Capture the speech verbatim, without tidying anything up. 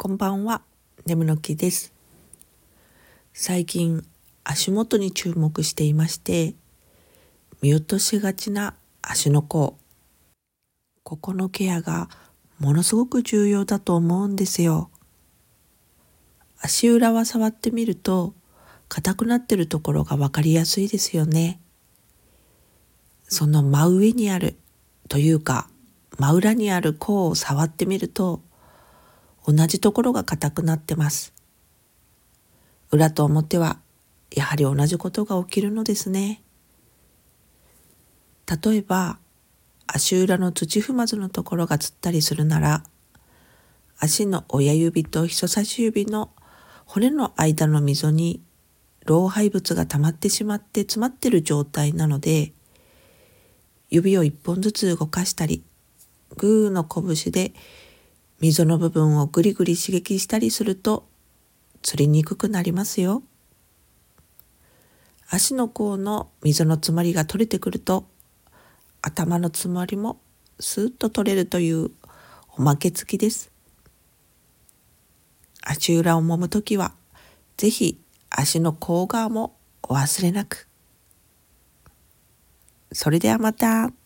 こんばんは、ねむの木です。最近足元に注目していまして、見落としがちな足の甲、ここのケアがものすごく重要だと思うんですよ。足裏は触ってみると硬くなってるところがわかりやすいですよね。その真上にあるというか真裏にある甲を触ってみると同じところが硬くなってます。裏と表はやはり同じことが起きるのですね。例えば足裏の土踏まずのところがつったりするなら、足の親指と人差し指の骨の間の溝に老廃物が溜まってしまって詰まっている状態なので、指を一本ずつ動かしたり、グーの拳で溝の部分をぐりぐり刺激したりするとつりにくくなりますよ。足の甲の溝の詰まりが取れてくると、頭の詰まりもスーッと取れるというおまけ付きです。足裏を揉むときは、ぜひ足の甲側もお忘れなく。それではまた。